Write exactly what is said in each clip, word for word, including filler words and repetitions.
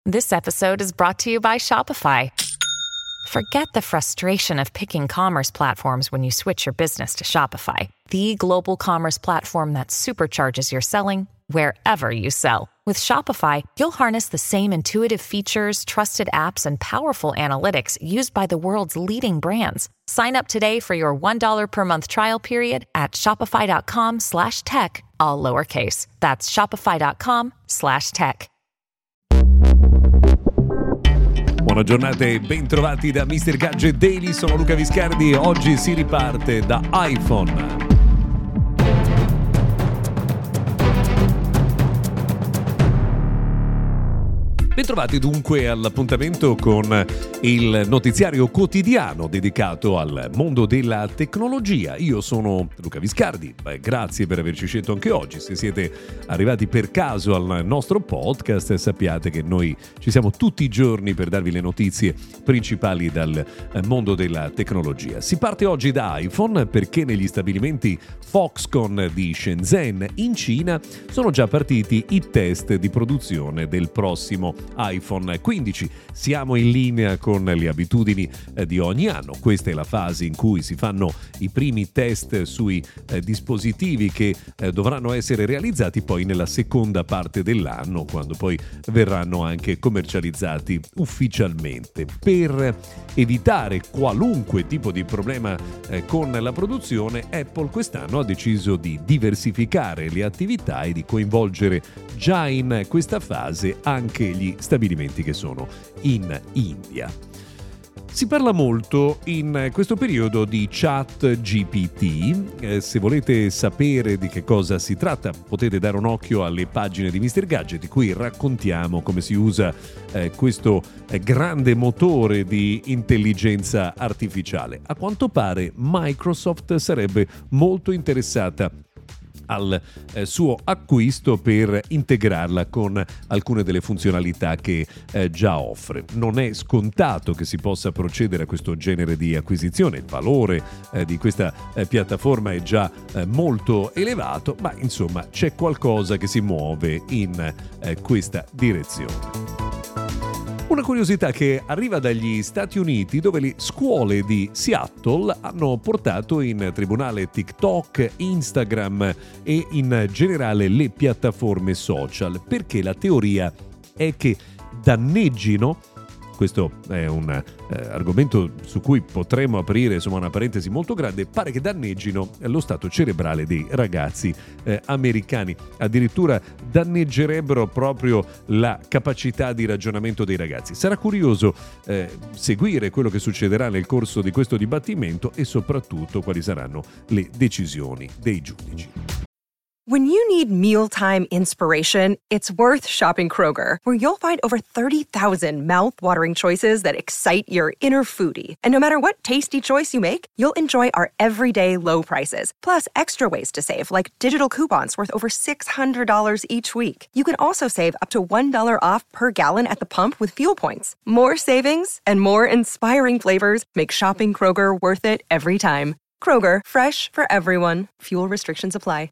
This episode is brought to you by Shopify. Forget the frustration of picking commerce platforms when you switch your business to Shopify, the global commerce platform that supercharges your selling wherever you sell. With Shopify, you'll harness the same intuitive features, trusted apps, and powerful analytics used by the world's leading brands. Sign up today for your one dollar per month trial period at shopify.com slash tech, all lowercase. That's shopify.com slash tech. Buona giornata e ben trovati da mister Gadget Daily, sono Luca Viscardi e oggi si riparte da iPhone. Bentrovati dunque all'appuntamento con il notiziario quotidiano dedicato al mondo della tecnologia. Io sono Luca Viscardi, beh, grazie per averci scelto anche oggi. Se siete arrivati per caso al nostro podcast, sappiate che noi ci siamo tutti i giorni per darvi le notizie principali dal mondo della tecnologia. Si parte oggi da iPhone perché negli stabilimenti Foxconn di Shenzhen in Cina sono già partiti i test di produzione del prossimo iPhone quindici. Siamo in linea con le abitudini eh, di ogni anno. Questa è la fase in cui si fanno i primi test sui eh, dispositivi che eh, dovranno essere realizzati poi nella seconda parte dell'anno, quando poi verranno anche commercializzati ufficialmente. Per evitare qualunque tipo di problema eh, con la produzione, Apple quest'anno ha deciso di diversificare le attività e di coinvolgere già in questa fase anche gli stabilimenti che sono in India. Si parla molto in questo periodo di ChatGPT. Eh, se volete sapere di che cosa si tratta, potete dare un occhio alle pagine di mister Gadget, in cui raccontiamo come si usa eh, questo eh, grande motore di intelligenza artificiale. A quanto pare Microsoft sarebbe molto interessata al eh, suo acquisto per integrarla con alcune delle funzionalità che eh, già offre. Non è scontato che si possa procedere a questo genere di acquisizione, il valore eh, di questa eh, piattaforma è già eh, molto elevato, ma insomma c'è qualcosa che si muove in eh, questa direzione. Una curiosità che arriva dagli Stati Uniti, dove le scuole di Seattle hanno portato in tribunale TikTok, Instagram e in generale le piattaforme social, perché la teoria è che danneggino. Questo è un eh, argomento su cui potremmo aprire insomma una parentesi molto grande. Pare che danneggino lo stato cerebrale dei ragazzi eh, americani, addirittura danneggerebbero proprio la capacità di ragionamento dei ragazzi. Sarà curioso eh, seguire quello che succederà nel corso di questo dibattimento e soprattutto quali saranno le decisioni dei giudici. When you need mealtime inspiration, it's worth shopping Kroger, where you'll find over thirty thousand mouth-watering choices that excite your inner foodie. And no matter what tasty choice you make, you'll enjoy our everyday low prices, plus extra ways to save, like digital coupons worth over six hundred dollars each week. You can also save up to one dollar off per gallon at the pump with fuel points. More savings and more inspiring flavors make shopping Kroger worth it every time. Kroger, fresh for everyone. Fuel restrictions apply.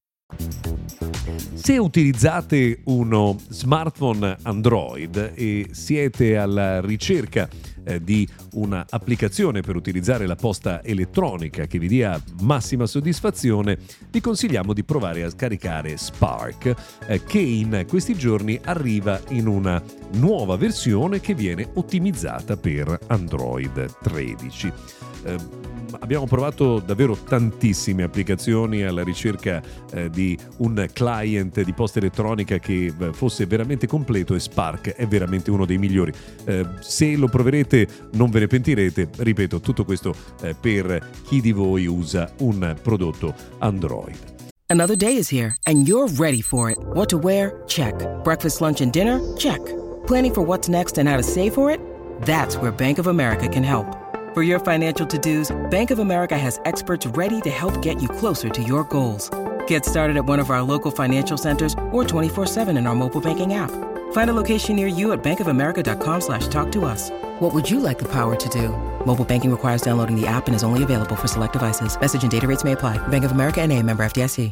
Se utilizzate uno smartphone Android e siete alla ricerca eh, di un'applicazione per utilizzare la posta elettronica che vi dia massima soddisfazione, vi consigliamo di provare a scaricare Spark, eh, che in questi giorni arriva in una nuova versione che viene ottimizzata per Android tredici. Eh, Abbiamo provato davvero tantissime applicazioni alla ricerca eh, di un client di posta elettronica che eh, fosse veramente completo, e Spark è veramente uno dei migliori. Eh, se lo proverete non ve ne pentirete. Ripeto, tutto questo eh, per chi di voi usa un prodotto Android. Another day is here and you're ready for it. What to wear? Check. Breakfast, lunch and dinner? Check. Planning for what's next and how to save for it? That's where Bank of America can help. For your financial to-dos, Bank of America has experts ready to help get you closer to your goals. Get started at one of our local financial centers or twenty-four seven in our mobile banking app. Find a location near you at bankofamerica.com slash talk to us. What would you like the power to do? Mobile banking requires downloading the app and is only available for select devices. Message and data rates may apply. Bank of America N A, member F D I C.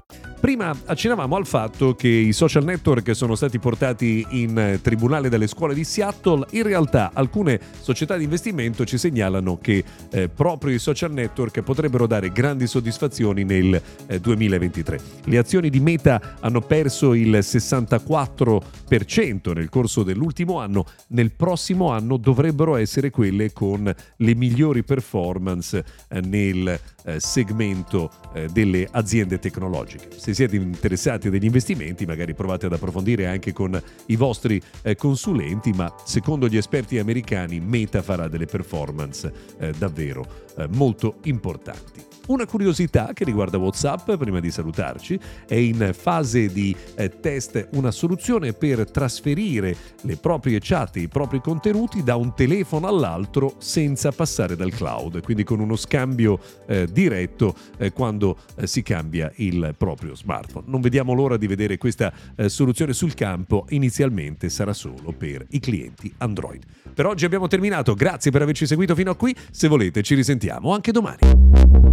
prima accennavamo al fatto che i social network sono stati portati in tribunale dalle scuole di Seattle. In realtà alcune società di investimento ci segnalano che eh, proprio i social network potrebbero dare grandi soddisfazioni nel eh, duemilaventitré. Le azioni di Meta hanno perso il sessantaquattro per cento nel corso dell'ultimo anno. Nel prossimo anno dovrebbero essere quelle con le migliori performance eh, nel eh, segmento eh, delle aziende tecnologiche. Se siete interessati degli investimenti, magari provate ad approfondire anche con i vostri eh, consulenti, ma secondo gli esperti americani Meta farà delle performance eh, davvero eh, molto importanti. Una curiosità che riguarda WhatsApp, prima di salutarci, è in fase di eh, test una soluzione per trasferire le proprie chat e i propri contenuti da un telefono all'altro senza passare dal cloud, quindi con uno scambio eh, diretto eh, quando eh, si cambia il proprio smartphone. Non vediamo l'ora di vedere questa eh, soluzione sul campo. Inizialmente sarà solo per i clienti Android. Per oggi abbiamo terminato, grazie per averci seguito fino a qui. Se volete ci risentiamo anche domani.